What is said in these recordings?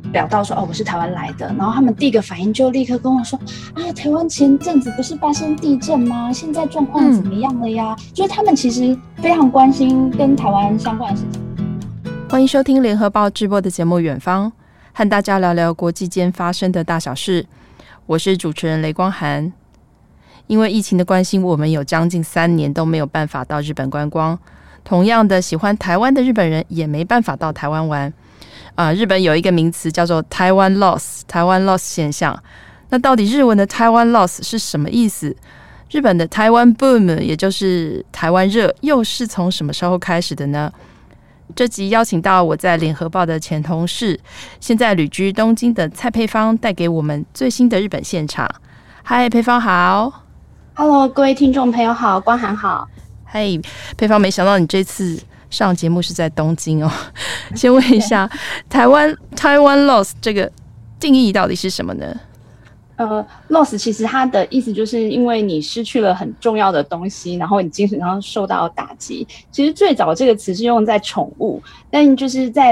表到说我是台湾来的，然后他们第一个反应就立刻跟我说台湾前阵子不是发生地震吗？现在状况怎么样了呀？就是他们其实非常关心跟台湾相关的事情。 欢迎收听联合报直播的节目《远方》，和大家聊聊国际间发生的大小事。我是主持人雷光涵。因为疫情的关系，我们有将近3年都没有办法到日本观光。同样的，喜欢台湾的日本人也没办法到台湾玩。日本有一个名词叫做台湾 loss， 台湾 loss 现象。那到底日文的台湾 loss 是什么意思？日本的台湾 boom， 也就是台湾热，又是从什么时候开始的呢？这集邀请到我在联合报的前同事，现在旅居东京的蔡佩芳，带给我们最新的日本现场。嗨，佩芳好。 Hello， 各位听众朋友好，光涵好。 嘿，佩芳，没想到你这次上节目是在东京哦。先问一下，台湾 loss 这个定义到底是什么呢 ？loss 其实它的意思就是因为你失去了很重要的东西，然后你精神上受到打击。其实最早这个词是用在宠物，但就是在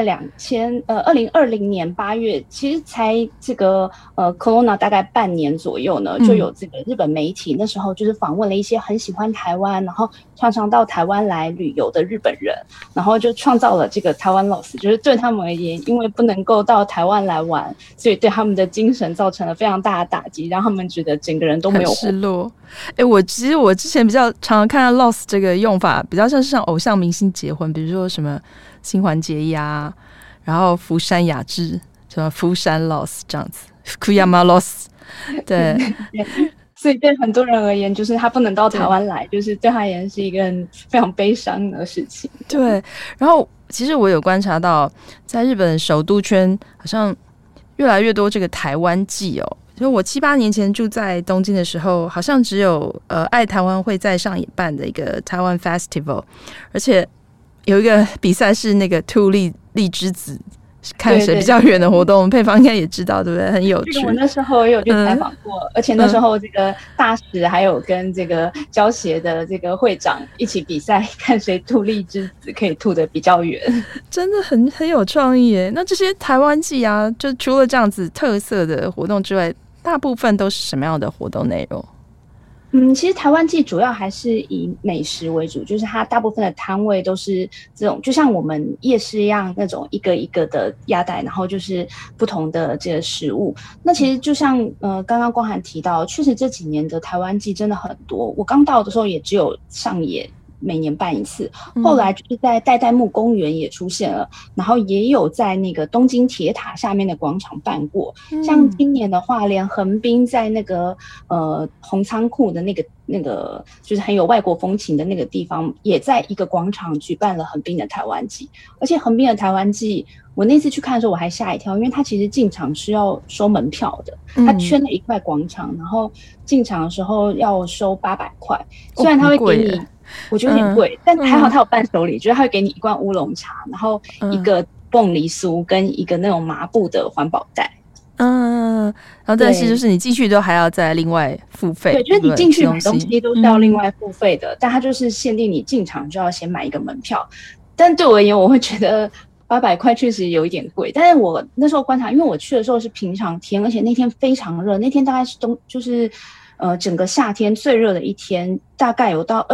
2020年8月，其实才这个corona 大概半年左右呢，就有这个日本媒体那时候就是访问了一些很喜欢台湾，然后常常到台湾来旅游的日本人，然后就创造了这个台湾 loss， 就是对他们而言，因为不能够到台湾来玩，所以对他们的精神造成了非常大的打击，让他们觉得整个人都没有失落。我之前比较常常看到 loss 这个用法，比较像偶像明星结婚，比如说什么新垣结衣啊，然后福山雅治，什么福山 loss 这样子，福山 loss， 对。 所以对很多人而言，就是他不能到台湾来，就是对他而言是一个非常悲伤的事情。 对，然后其实我有观察到，在日本首都圈好像越来越多这个台湾季哦。就我7、8年前住在东京的时候，好像只有爱台湾会在上野办的一个台湾 Festival， 而且有一个比赛是那个兔荔枝子看谁比较远的活动，佩芳应该也知道，对不对？很有趣。 我那时候也有去采访过，而且那时候这个大使还有跟这个交协的这个会长一起比赛，看谁吐荔枝子可以吐得比较远， 真的很有创意耶。那这些台湾季啊，就除了这样子特色的活动之外，大部分都是什么样的活动内容？ 其实台湾季主要还是以美食为主，就是它大部分的摊位都是这种，就像我们夜市一样，那种一个一个的压带，然后就是不同的这个食物。那其实就像刚刚光涵提到，确实这几年的台湾季真的很多。我刚到的时候也只有上野每年办一次，后来就是在代代木公园也出现了，然后也有在那个东京铁塔下面的广场办过。像今年的话，连横滨在那个红仓库的那个就是很有外国风情的那个地方，也在一个广场举办了横滨的台湾季。而且横滨的台湾季，我那次去看的时候我还吓一跳，因为它其实进场是要收门票的，它圈了一块广场，然后进场的时候要收800块，虽然它会给你。我觉得有点贵，但还好他有伴手礼，就是他会给你1罐乌龙茶，然后一个凤梨酥跟一个那种麻布的环保袋。 然后但是就是你进去都还要再另外付费。 对，就是你进去买东西都是要另外付费的，但它就是限定你进场就要先买一个门票。但对我而言，我会觉得800块确实有一点贵。但是我那时候观察，因为我去的时候是平常天，而且那天非常热，那天大概是就是整个夏天最热的一天，大概有到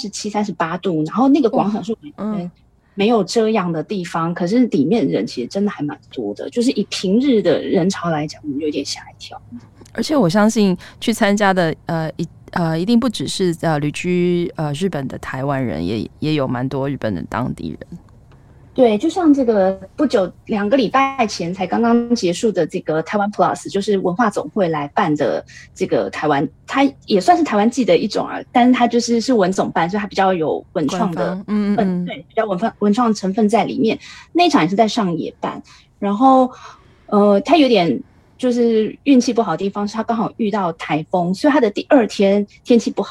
37、38度，然后那个广场是没有遮阳的地方，可是里面人其实真的还蛮多的，就是以平日的人潮来讲，我们有点吓一跳。 而且我相信去参加的一定不只是旅居日本的台湾人，也有蛮多日本的当地人。 对，就像这个不久2个礼拜前才刚刚结束的这个台湾 Plus， 就是文化总会来办的这个台湾，它也算是台湾季的一种啊，但是它是文总办，所以它比较有文创的，对，比较文创的成分在里面。那一场也是在上野办，然后它有点就是运气不好的地方是它刚好遇到台风，所以它的第2天天气不好。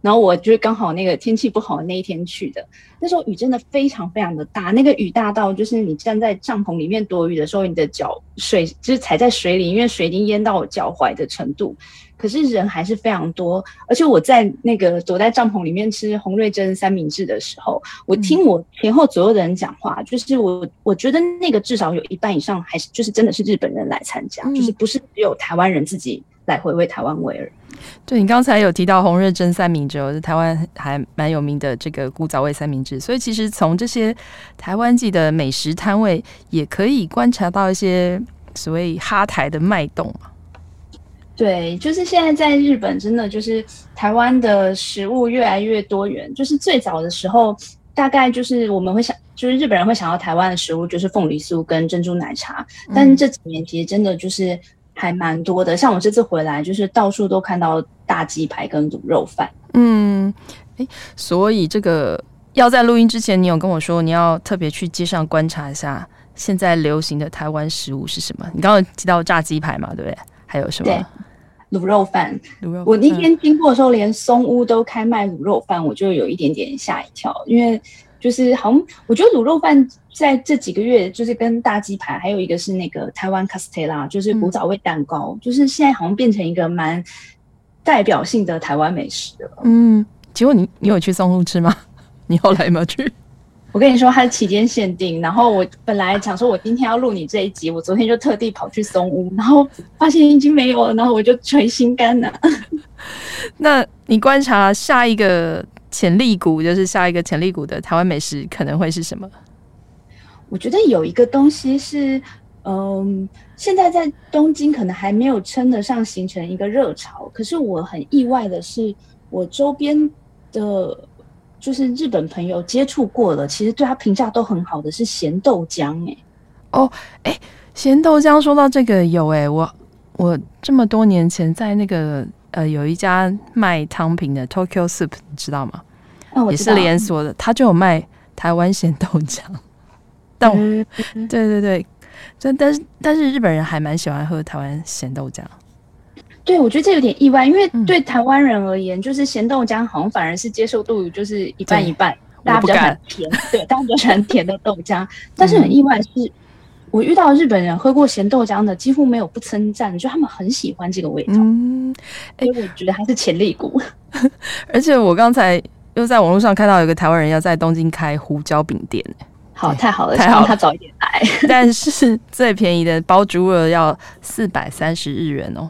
然后我就刚好那个天气不好的那一天去的，那时候雨真的非常非常的大，那个雨大到就是你站在帐篷里面躲雨的时候，你的脚水就是踩在水里，因为水已经淹到我脚踝的程度。可是人还是非常多，而且我在那个躲在帐篷里面吃洪瑞珍三明治的时候，我听我前后左右的人讲话，就是我觉得那个至少有一半以上还是就是真的是日本人来参加，就是不是只有台湾人自己来回味台湾味而已。 对，你刚才有提到洪瑞珍三明治，是台湾还蛮有名的这个古早味三明治，所以其实从这些台湾籍的美食摊位也可以观察到一些所谓哈台的脉动嘛。 对，就是现在在日本，真的就是台湾的食物越来越多元。就是最早的时候，大概就是我们会想，就是日本人会想到台湾的食物就是凤梨酥跟珍珠奶茶，但是这几年其实真的就是还蛮多的。像我这次回来，就是到处都看到大鸡排跟卤肉饭。 所以这个要在录音之前，你有跟我说你要特别去街上观察一下现在流行的台湾食物是什么？你刚刚提到炸鸡排嘛，对不对？还有什么？ 对，卤肉饭。我那天经过的时候，连松屋都开卖卤肉饭，我就有一点点吓一跳，因为就是好像我觉得卤肉饭在这几个月就是跟大鸡排，还有一个是那个台湾卡斯特拉，就是古早味蛋糕，就是现在好像变成一个蛮代表性的台湾美食了。 结果你有去松屋吃吗？你后来有没有去？ 我跟你说，它是期间限定。然后我本来想说，我今天要录你这一集，我昨天就特地跑去松屋，然后发现已经没有了，然后我就捶心肝了。 那你观察下一个潜力股，就是下一个潜力股的台湾美食可能会是什么？ 我觉得有一个东西是，现在在东京可能还没有称得上形成一个热潮，可是我很意外的是，我周边的。就是日本朋友接触过了，其实对他评价都很好的是咸豆浆。 咸豆浆说到这个有我这么多年前在那个有一家卖汤品的 Tokyo Soup， 你知道吗？也是连锁的，他就有卖台湾咸豆浆。但对，但是日本人还蛮喜欢喝台湾咸豆浆。 对，我觉得这有点意外，因为对台湾人而言，就是咸豆浆好像反而是接受度就是一半一半，大家比较喜欢甜，对，大家比较喜欢甜的豆浆。但是很意外是，我遇到日本人喝过咸豆浆的，几乎没有不称赞，就他们很喜欢这个味道。所以我觉得它是潜力股。 而且我刚才又在网络上看到有个台湾人要在东京开胡椒饼店。 好，太好了，希望他早一点来。 但是最便宜的包猪肉要430日元哦。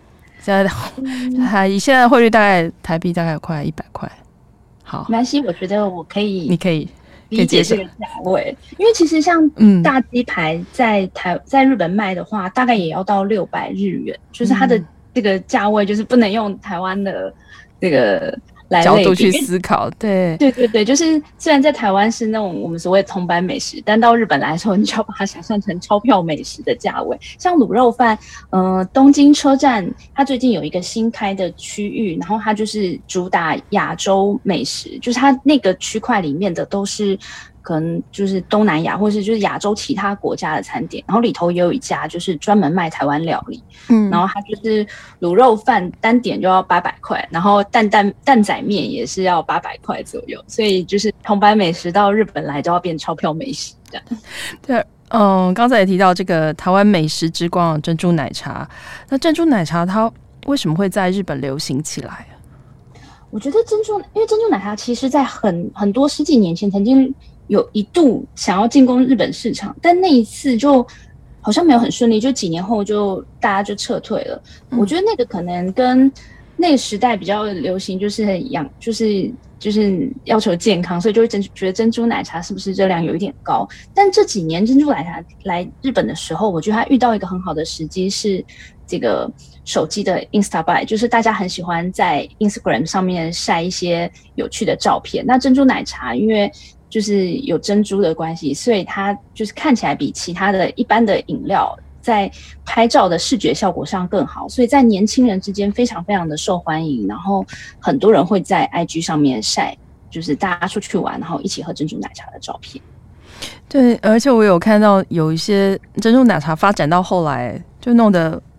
以现在的汇率大概台币大概有快100块。好， 没关系，我觉得我可以， 你可以理解这个价位，因为其实像大鸡排在日本卖的话，大概也要到600日元，就是它的这个价位就是不能用台湾的这个角度去思考。对， 就是虽然在台湾是那种我们所谓的同版美食，但到日本来的时候，你就要把它想象成钞票美食的价位。像卤肉饭，东京车站它最近有一个新开的区域，然后它就是主打亚洲美食，就是它那个区块里面的都是可能就是东南亚或是就是亚洲其他国家的餐点，然后里头也有一家就是专门卖台湾料理，然后它就是卤肉饭单点就要800块，然后蛋仔面也是要800块左右，所以就是同版美食到日本来都要变钞票美食这样。 对，刚才也提到这个台湾美食之光珍珠奶茶，那珍珠奶茶它为什么会在日本流行起来？ 我觉得因为珍珠奶茶其实在很多十几年前曾经有一度想要进攻日本市场，但那一次就好像没有很顺利，就几年后就大家就撤退了。我觉得那个可能跟那个时代比较流行，就是就是要求健康，所以就会觉得珍珠奶茶是不是热量有一点高。但这几年珍珠奶茶来日本的时候，我觉得它遇到一个很好的时机是这个手机的 Instabuy， 就是大家很喜欢在 Instagram 上面晒一些有趣的照片。那珍珠奶茶因为就是有珍珠的关系，所以它就是看起来比其他的一般的饮料在拍照的视觉效果上更好，所以在年轻人之间非常非常的受欢迎，然后很多人会在 IG 上面晒就是大家出去玩然后一起喝珍珠奶茶的照片。 对，而且我有看到有一些珍珠奶茶发展到后来就弄得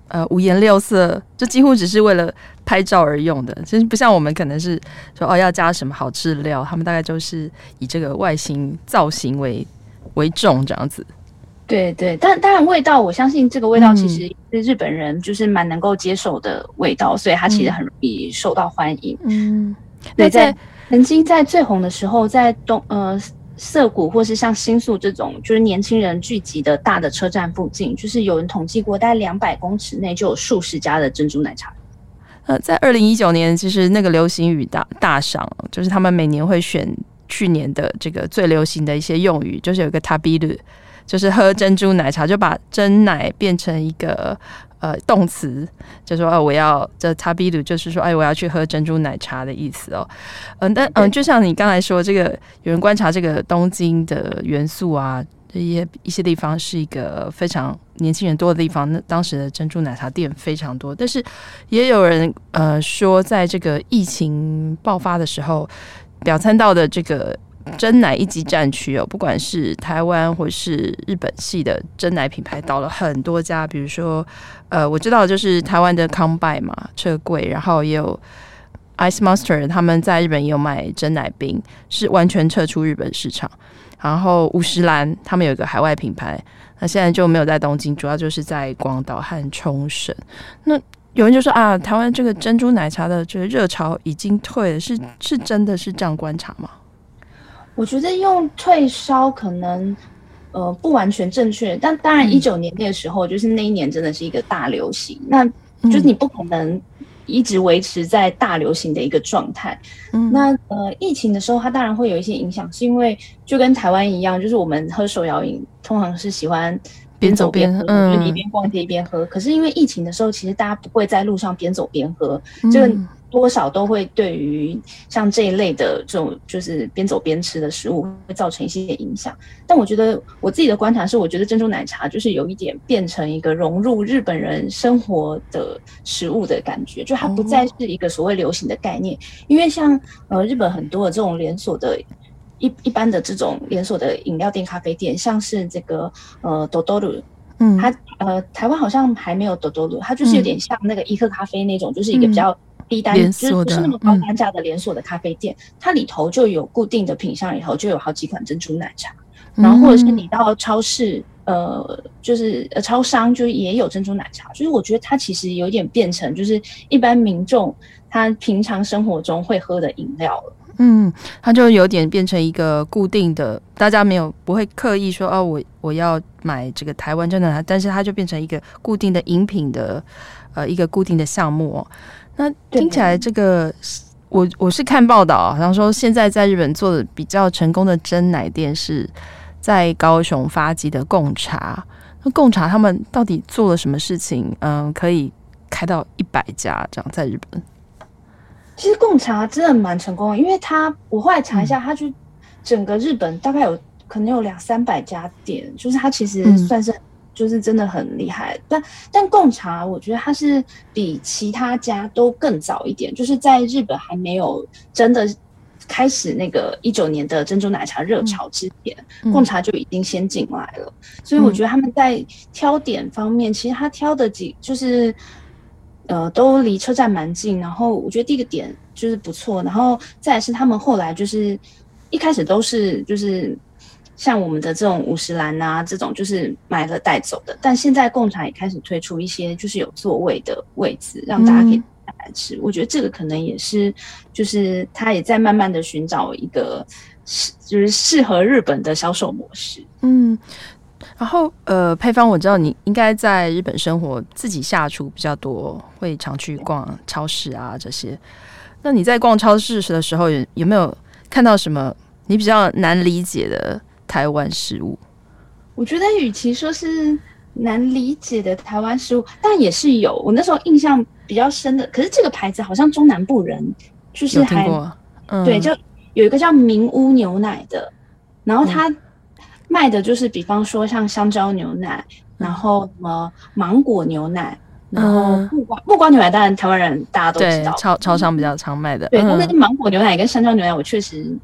五颜六色，就几乎只是为了拍照而用的。其实不像我们可能是说要加什么好吃的料，他们大概就是以这个外形造型为重这样子。 对对，但当然味道，我相信这个味道其实是日本人就是蛮能够接受的味道，所以它其实很容易受到欢迎。对，曾经在最红的时候，在涩谷或是像新宿这种就是年轻人聚集的大的车站附近，就是有人统计过，大概200公尺内就有数十家的珍珠奶茶。 在2019年，其实那个流行语大赏，就是他们每年会选去年的这个最流行的一些用语，就是有一个 tabiru， 就是喝珍珠奶茶，就把珍奶变成一个动词，就说我要这 tabiru 就是说我要去喝珍珠奶茶的意思哦。就像你刚才说，这个有人观察这个东京的元素啊，一些地方是一个非常年轻人多的地方，那当时的珍珠奶茶店非常多，但是也有人说，在这个疫情爆发的时候，表参道的这个珍奶一级战区不管是台湾或是日本系的珍奶品牌倒了很多家，比如说我知道就是台湾的康拜嘛，车柜，然后也有 Ice Monster， 他们在日本也有卖珍奶冰，是完全撤出日本市场。然后五十岚他们有一个海外品牌，那现在就没有在东京，主要就是在广岛和冲绳。那有人就说台湾这个珍珠奶茶的这个热潮已经退了，是真的是这样观察吗？ 我觉得用退烧可能不完全正确，但当然19年那个时候，就是那一年真的是一个大流行，那就是你不可能一直维持在大流行的一个状态。那疫情的时候，它当然会有一些影响，是因为就跟台湾一样，就是我们喝手摇饮通常是喜欢边走边喝，就是你一边逛街一边喝。可是因为疫情的时候，其实大家不会在路上边走边喝，这个多少都会对于像这一类的这种就是边走边吃的食物会造成一些影响。但我觉得我自己的观察是，我觉得珍珠奶茶就是有一点变成一个融入日本人生活的食物的感觉，就它不再是一个所谓流行的概念。因为像日本很多的这种连锁的一般的这种连锁的饮料店、咖啡店，像是这个Dodoru，它台湾好像还没有Dodoru，它就是有点像那个一克咖啡那种，就是一个比较低单，就是不是那么高单价的连锁的咖啡店，它里头就有固定的品项，里头就有好几款珍珠奶茶，然后或者是你到超市，就是超商就也有珍珠奶茶，就是我觉得它其实有点变成就是一般民众他平常生活中会喝的饮料了。 它就有点变成一个固定的，大家不会刻意说我要买这个台湾珍珠奶茶，但是它就变成一个固定的饮品的一个固定的项目那听起来这个我是看报道，好像说现在在日本做的比较成功的珍奶店是在高雄发迹的贡茶。那贡茶他们到底做了什么事情？可以开到100家这样在日本？ 其实贡茶真的蛮成功的，因为我后来查一下，它就整个日本大概可能有200-300家店，就是它其实算是就是真的很厉害。但贡茶我觉得它是比其他家都更早一点，就是在日本还没有真的开始那个19年的珍珠奶茶热潮之前，贡茶就已经先进来了。所以我觉得他们在挑点方面，其实他挑的就是都离车站蛮近，然后我觉得第一个点就是不错，然后再来是他们后来就是一开始都是就是像我们的这种50岚啊这种就是买了带走的，但现在贡茶也开始推出一些就是有座位的位置，让大家可以来吃。我觉得这个可能也是就是他也在慢慢的寻找一个就是适合日本的销售模式。 然后佩芳，我知道你应该在日本生活，自己下厨比较多，会常去逛超市啊这些。那你在逛超市的时候，有没有看到什么你比较难理解的台湾食物？ 我觉得与其说是难理解的台湾食物，但也是有。我那时候印象比较深的，可是这个牌子好像中南部人就是还有听过， 对，就有一个叫名屋牛奶的，然后它卖的就是比方说像香蕉牛奶，然后什么芒果牛奶，然后木瓜牛奶，当然台湾人大家都知道， 对，超商比较常卖的。 对，但是芒果牛奶跟香蕉牛奶我确实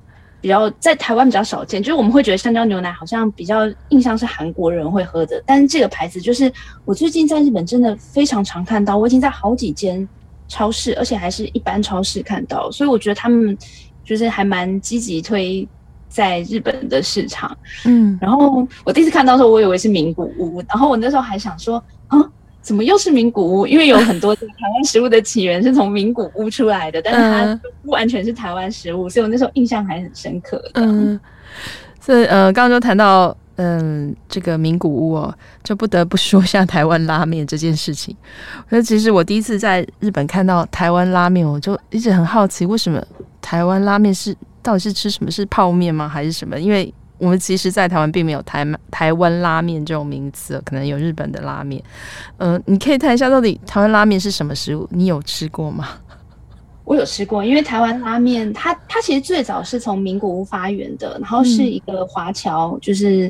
比较在台湾比较少见，就是我们会觉得香蕉牛奶好像比较印象是韩国人会喝的，但是这个牌子就是我最近在日本真的非常常看到，我已经在好几间超市，而且还是一般超市看到，所以我觉得他们就是还蛮积极推在日本的市场。然后我第一次看到的时候，我以为是名古屋，然后我那时候还想说怎么又是名古屋？因为有很多台湾食物的起源是从名古屋出来的，但是它不完全是台湾食物，所以我那时候印象还很深刻的。 所以刚刚就谈到这个名古屋哦，就不得不说一下台湾拉面这件事情。其实我第一次在日本看到台湾拉面，我就一直很好奇，为什么台湾拉面到底是吃什么？是泡面吗？还是什么？因为我们其实在台湾并没有台湾拉面这种名词，可能有日本的拉面。你可以谈一下到底台湾拉面是什么食物？你有吃过吗？ 我有吃过，因为台湾拉面它其实最早是从名古屋发源的，然后是一个华侨，就是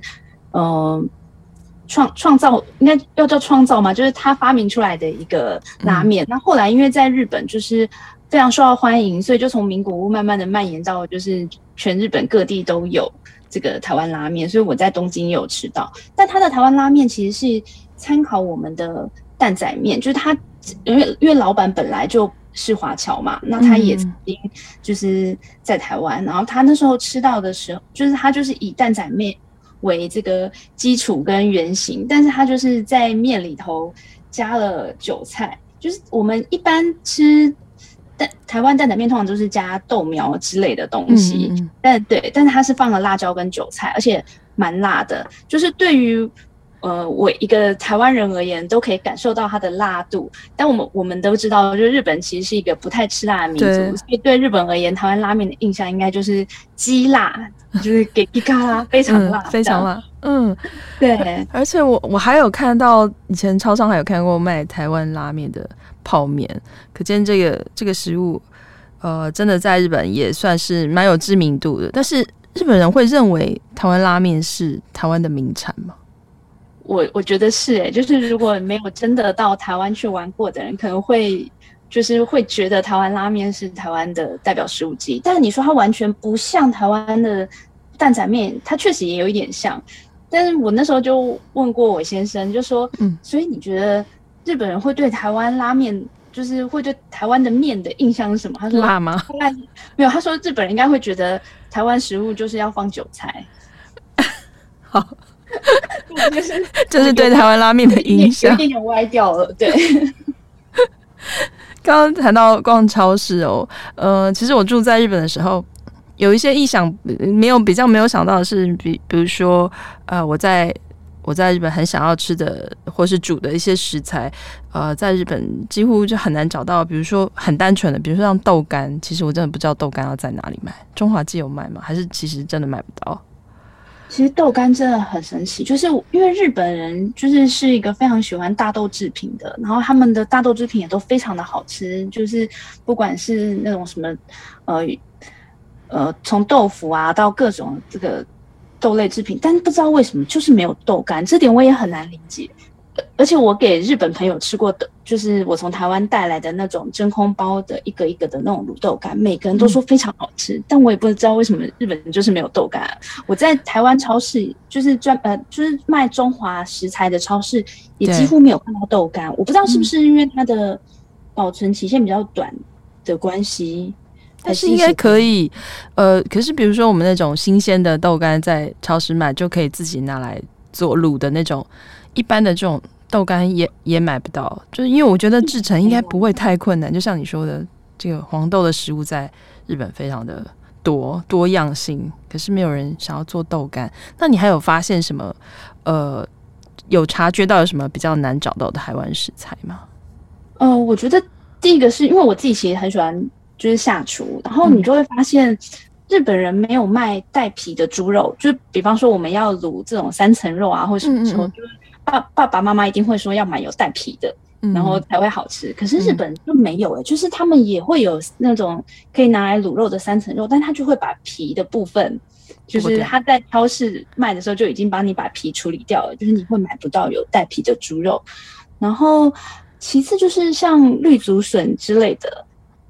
创造，应该要叫创造嘛，就是他发明出来的一个拉面。那后来因为在日本就是非常受到欢迎，所以就从名古屋慢慢的蔓延到就是全日本各地都有这个台湾拉面，所以我在东京也有吃到。但它的台湾拉面其实是参考我们的担仔面，就是它因为老板本来就是华侨嘛，那他也曾经就是在台湾，然后他那时候吃到的时候，就是他就是以担仔面为这个基础跟原型，但是他就是在面里头加了韭菜，就是我们一般吃台湾担仔面通常都是加豆苗之类的东西，但是它是放了辣椒跟韭菜，而且蛮辣的，就是对于我一个台湾人而言，都可以感受到它的辣度。但我们都知道，就是日本其实是一个不太吃辣的民族，所以对日本而言，台湾拉面的印象应该就是鸡辣，就是给一卡拉非常辣， 非常辣。 对。 而且我还有看到以前超商还有看过卖台湾拉面的泡面，可见这个食物，真的在日本也算是蛮有知名度的。但是日本人会认为台湾拉面是台湾的名产吗？ 我觉得是就是如果没有真的到台湾去玩过的人，可能会觉得台湾拉面是台湾的代表食物之一。但是你说它完全不像台湾的担仔面，它确实也有一点像。但是我那时候就问过我先生，就说，所以你觉得日本人会对台湾拉面，就是会对台湾的面的印象是什么？他说辣吗？ 没有，他说日本人应该会觉得台湾食物就是要放韭菜。 好。这是对台湾拉面的影响， 有点歪掉了。对， 刚刚谈到逛超市其实我住在日本的时候，有一些意想比较没有想到的是，比如说我在日本很想要吃的或是煮的一些食材，在日本几乎就很难找到。比如说很单纯的，比如说像豆干，其实我真的不知道豆干要在哪里买，中华街有卖吗？还是其实真的买不到？ 其实豆干真的很神奇，就是因为日本人是一个非常喜欢大豆制品的，然后他们的大豆制品也都非常的好吃，就是不管是那种什么从豆腐啊到各种这个豆类制品，但是不知道为什么就是没有豆干，这点我也很难理解。而且我给日本朋友吃过的，就是我从台湾带来的那种真空包的一个一个的那种卤豆干，每个人都说非常好吃，但我也不知道为什么日本人就是没有豆干。我在台湾超市，就是卖中华食材的超市，也几乎没有看到豆干。我不知道是不是因为它的保存期限比较短的关系， 但是应该可以。可是比如说我们那种新鲜的豆干在超市买就可以自己拿来做卤的那种。一般的这种豆干也买不到，就是因为我觉得制成应该不会太困难。就像你说的，这个黄豆的食物在日本非常的多样性，可是没有人想要做豆干。那你还有发现什么？有察觉到有什么比较难找到的台湾食材吗？ 我觉得第一个是因为我自己其实很喜欢就是下厨，然后你就会发现日本人没有卖带皮的猪肉，就是比方说我们要卤这种3层肉啊，或者什么时候就是爸爸妈妈一定会说要买有带皮的，然后才会好吃。可是日本就没有就是他们也会有那种可以拿来卤肉的3层肉，但他就会把皮的部分，就是他在超市卖的时候就已经帮你把皮处理掉了，就是你会买不到有带皮的猪肉。然后其次就是像绿竹笋之类的，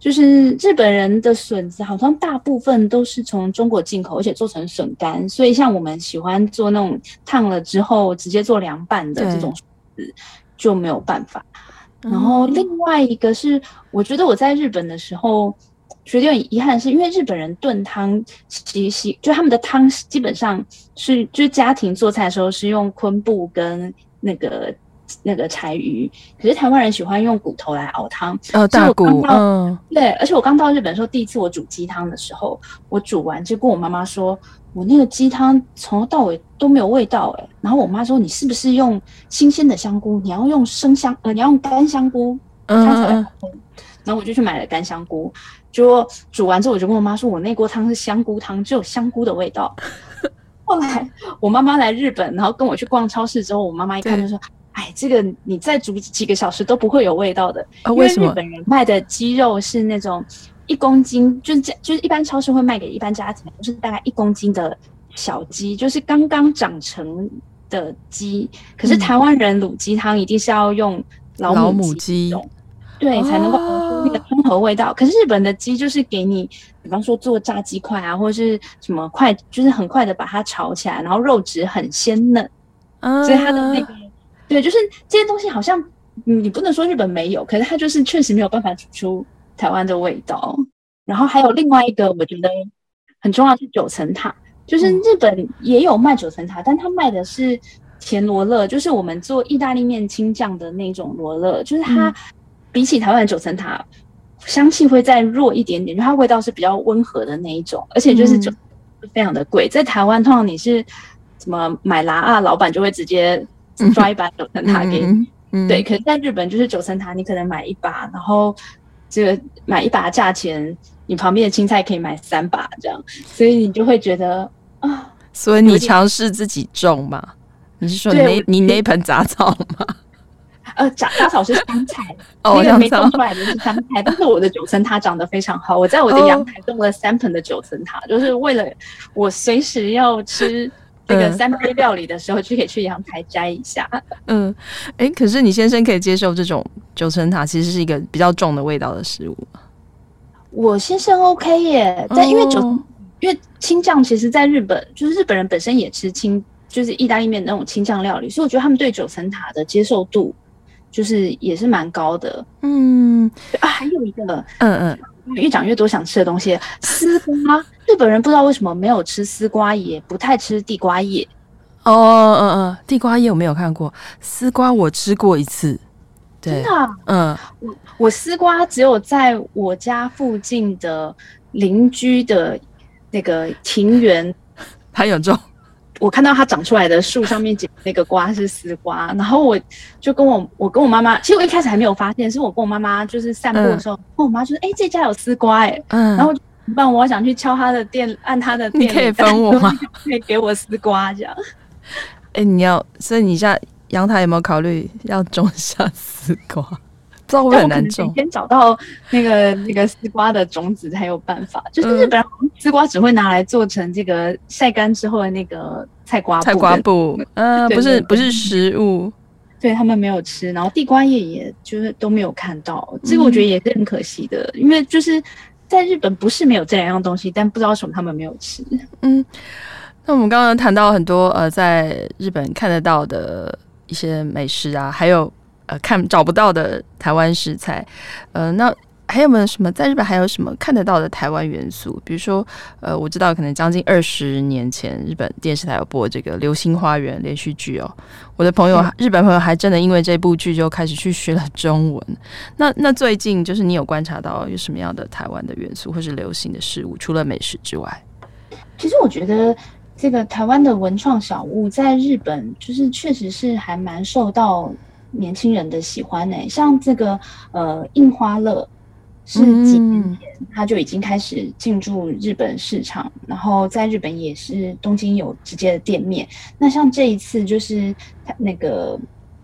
就是日本人的笋子好像大部分都是从中国进口，而且做成笋干，所以像我们喜欢做那种烫了之后直接做凉拌的这种笋子就没有办法。然后另外一个是，我觉得我在日本的时候觉得有点遗憾，是因为日本人炖汤就他们的汤基本上是就是家庭做菜的时候是用昆布跟那个柴鱼，可是台湾人喜欢用骨头来熬汤。 大骨， 对，而且我刚到日本的时候，第一次我煮鸡汤的时候，我煮完就跟我妈妈说，我那个鸡汤从头到尾都没有味道然后我妈说，你是不是用新鲜的香菇？你要用你要用干香菇，它才会好喝。然后我就去买了干香菇，就煮完之后我就跟我妈说，我那锅汤是香菇汤，只有香菇的味道。后来我妈妈来日本，然后跟我去逛超市之后，我妈妈一看就说，哎，这个你再煮几个小时都不会有味道的。 为什么？ 因为日本人卖的鸡肉是那种1公斤，就是一般超市会卖给一般家庭，就是大概1公斤的小鸡，就是刚刚长成的鸡。可是台湾人卤鸡汤一定是要用老母鸡，对，才能够出那个综合味道。可是日本的鸡就是给你，比方说做炸鸡块啊，或者是什么快，就是很快的把它炒起来，然后肉质很鲜嫩，所以它的那个。对，就是这些东西好像你不能说日本没有，可是它就是确实没有办法煮出台湾的味道。然后还有另外一个我觉得很重要是九层塔，就是日本也有卖九层塔，但它卖的是甜罗勒，就是我们做意大利面青酱的那种罗勒，就是它比起台湾的九层塔香气会再弱一点点，就它味道是比较温和的那一种，而且就是非常的贵。在台湾通常你是怎么买拉啊，老板就会直接抓一把九层塔给你，对。可是在日本就是九层塔，你可能买1把，然后这个买1把的价钱，你旁边的青菜可以买3把这样，所以你就会觉得啊。 所以你尝试自己种吗？你是说你那一盆杂草吗？ 杂草是香菜，那个没种出来的是香菜，但是我的九层塔长得非常好，我在我的阳台种了3盆的九层塔，就是为了我随时要吃这个3杯料理的时候就可以去阳台摘一下。 可是你先生可以接受这种九层塔其实是一个比较重的味道的食物吗？ 我先生 OK 耶，但因为青酱其实在日本，就是日本人本身也吃就是意大利面那种青酱料理，所以我觉得他们对九层塔的接受度就是也是蛮高的。还有一个越讲越多想吃的东西，丝瓜。日本人不知道为什么没有吃丝瓜叶，不太吃地瓜叶。 地瓜叶我没有看过，丝瓜我吃过一次。对， 真的我丝瓜只有在我家附近的邻居的那个庭园， 还有种。 我看到它长出来的树上面结那个瓜是丝瓜，然后我就跟我妈妈，其实我一开始还没有发现，是我跟我妈妈就是散步的时候，跟我妈就说：“这家有丝瓜然后不然我想去敲她的店，按她的店， 你可以分我吗？ 可以给我丝瓜这样。 所以你现在阳台有没有考虑要种下丝瓜？不知道会很难种。 先找到那个丝瓜的种子才有办法。就是日本人丝瓜只会拿来做成这个晒干之后的那个菜瓜布， 不是食物。 对，他们没有吃，然后地瓜叶也就是都没有看到，这个我觉得也是很可惜的，因为就是在日本不是没有这2样东西，但不知道为什么他们没有吃。 那我们刚刚谈到很多在日本看得到的一些美食啊，还有找不到的台湾食材，那还有没有什么在日本还有什么看得到的台湾元素？比如说，我知道可能将近20年前，日本电视台有播这个《流星花园》连续剧我的日本朋友还真的因为这部剧就开始去学了中文。那最近就是你有观察到有什么样的台湾的元素或是流行的事物，除了美食之外？ 其实我觉得这个台湾的文创小物在日本就是确实是还蛮受到年轻人的喜欢像这个印花乐是几年前它就已经开始进驻日本市场，然后在日本也是东京有直接的店面。那像这一次就是那个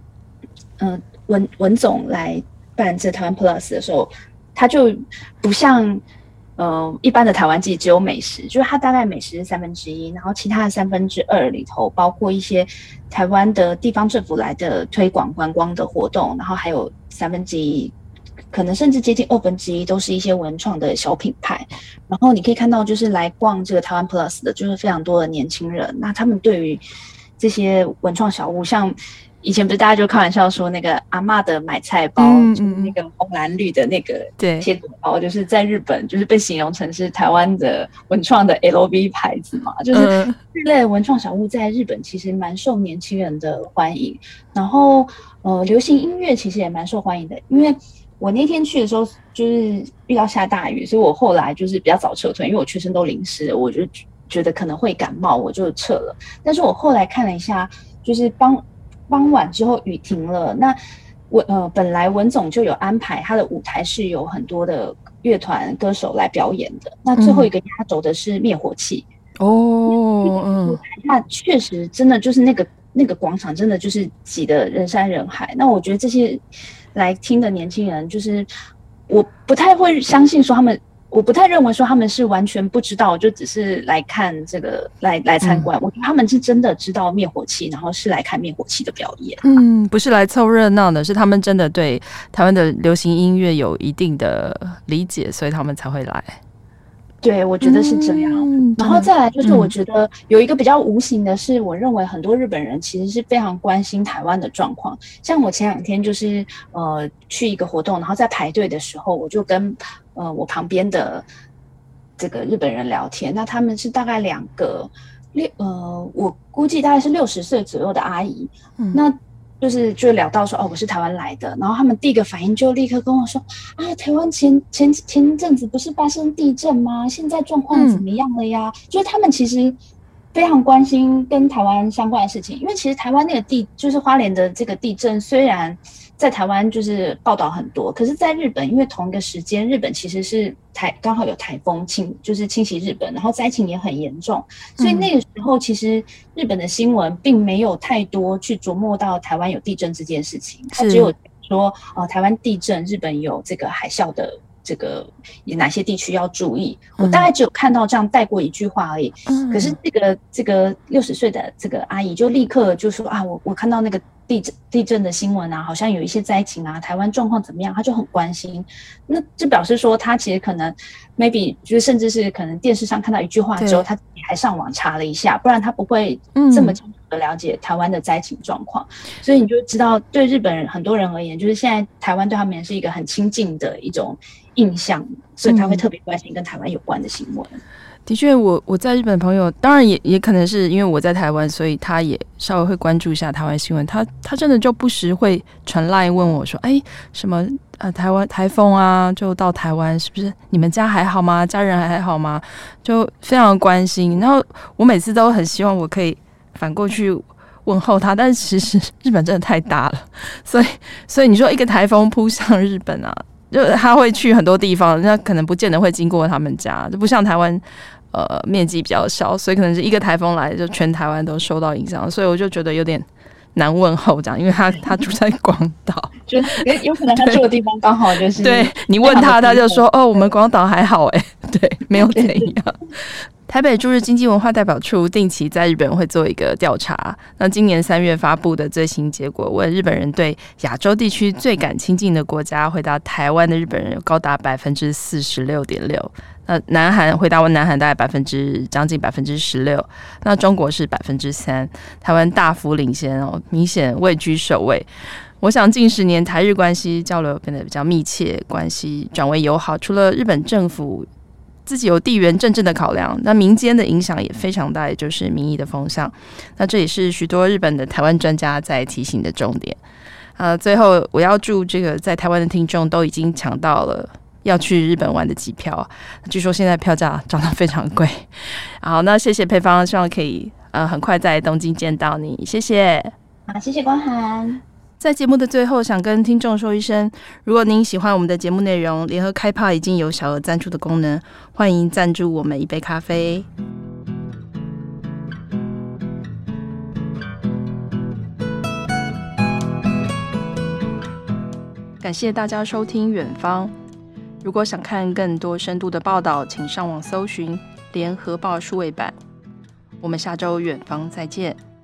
文总来办这台湾 Plus 的时候，他就不像一般的台湾季只有美食，就是它大概美食是1/3，然后其他的2/3里头包括一些台湾的地方政府来的推广观光的活动，然后还有1/3 可能甚至接近1/2都是一些文创的小品牌。然后你可以看到，就是来逛这个台湾 Plus 的，就是非常多的年轻人。那他们对于这些文创小物，像以前不是大家就开玩笑说那个阿嬷的买菜包，就是那个红蓝绿的那个贴纸包，就是在日本就是被形容成是台湾的文创的 LV 牌子嘛，就是这类文创小物在日本其实蛮受年轻人的欢迎。然后流行音乐其实也蛮受欢迎的，因为我那天去的时候就是遇到下大雨，所以我后来就是比较早撤退，因为我全身都淋湿了，我就觉得可能会感冒，我就撤了。但是我后来看了一下，就是傍晚之后雨停了，那本来文总就有安排他的舞台是有很多的乐团歌手来表演的，那最后一个压轴的是灭火器舞台下确实真的就是那个广场真的就是挤得人山人海。那我觉得这些来听的年轻人，就是我不太会相信说我不太认为说他们是完全不知道，就只是来看这个来参观。我觉得他们是真的知道灭火器，然后是来看灭火器的表演。 不是来凑热闹的，是他们真的对台湾的流行音乐有一定的理解，所以他们才会来。 对，我觉得是这样。然后再来就是我觉得有一个比较无形的是，我认为很多日本人其实是非常关心台湾的状况。像我前2天就是去一个活动，然后在排队的时候，我就跟我旁边的这个日本人聊天，那他们是大概2个我估计大概是60岁左右的阿姨，那就聊到说我是台湾来的，然后他们第一个反应就立刻跟我说台湾前阵子不是发生地震吗？现在状况怎么样了呀？就是他们其实非常关心跟台湾相关的事情，因为其实台湾那个就是花莲的这个地震，虽然在台湾就是报道很多，可是在日本因为同一个时间日本其实是刚好有台风就是侵袭日本，然后灾情也很严重，所以那个时候其实日本的新闻并没有太多去琢磨到台湾有地震这件事情，它只有说台湾地震，日本有这个海啸的这个有哪些地区要注意，我大概只有看到这样带过一句话而已。可是这个60岁的这个阿姨就立刻就说我看到那个地震的新闻好像有一些灾情台湾状况怎么样，她就很关心。那就表示说她其实可能 maybe 就是甚至是可能电视上看到一句话之后，她自己还上网查了一下，不然她不会这么清楚的了解台湾的灾情状况。所以你就知道对日本人很多人而言，就是现在台湾对他们也是一个很亲近的一种印象，所以他会特别关心跟台湾有关的新闻。 的确，我在日本的朋友，当然也可能是因为我在台湾，所以他也稍微会关注一下台湾新闻。他真的就不时会传赖问我说：“什么台湾台风就到台湾，是不是你们家还好吗？家人还好吗？”就非常关心。然后我每次都很希望我可以反过去问候他，但是其实日本真的太大了，所以你说一个台风扑向日本就他会去很多地方，那可能不见得会经过他们家，就不像台湾面积比较小，所以可能是一个台风来就全台湾都受到影响，所以我就觉得有点难问候这样，因为他住在广岛， 就有可能他住的地方刚好就是对你问他就说我们广岛还好对，没有怎样。台北驻日经济文化代表处定期在日本会做一个调查，那今年3月发布的最新结果，问日本人对亚洲地区最敢亲近的国家，回答台湾的日本人有高达 46.6%， 那南韩回答问南韩大概将近 16%， 那中国是 3%， 台湾大幅领先明显位居首位。我想近10年台日关系交流变得比较密切，关系转为友好，除了日本政府自己有地缘政治的考量，那民间的影响也非常大，也就是民意的风向。那这也是许多日本的台湾专家在提醒的重点。最后我要祝这个在台湾的听众都已经抢到了要去日本玩的机票，据说现在票价涨得非常贵。好，那谢谢佩芳，希望可以很快在东京见到你，谢谢。 谢谢光涵。 在节目的最后，想跟听众说一声，如果您喜欢我们的节目内容，联合开趴已经有小额赞助的功能，欢迎赞助我们一杯咖啡。感谢大家收听远方。如果想看更多深度的报道，请上网搜寻联合报数位版。我们下周远方再见。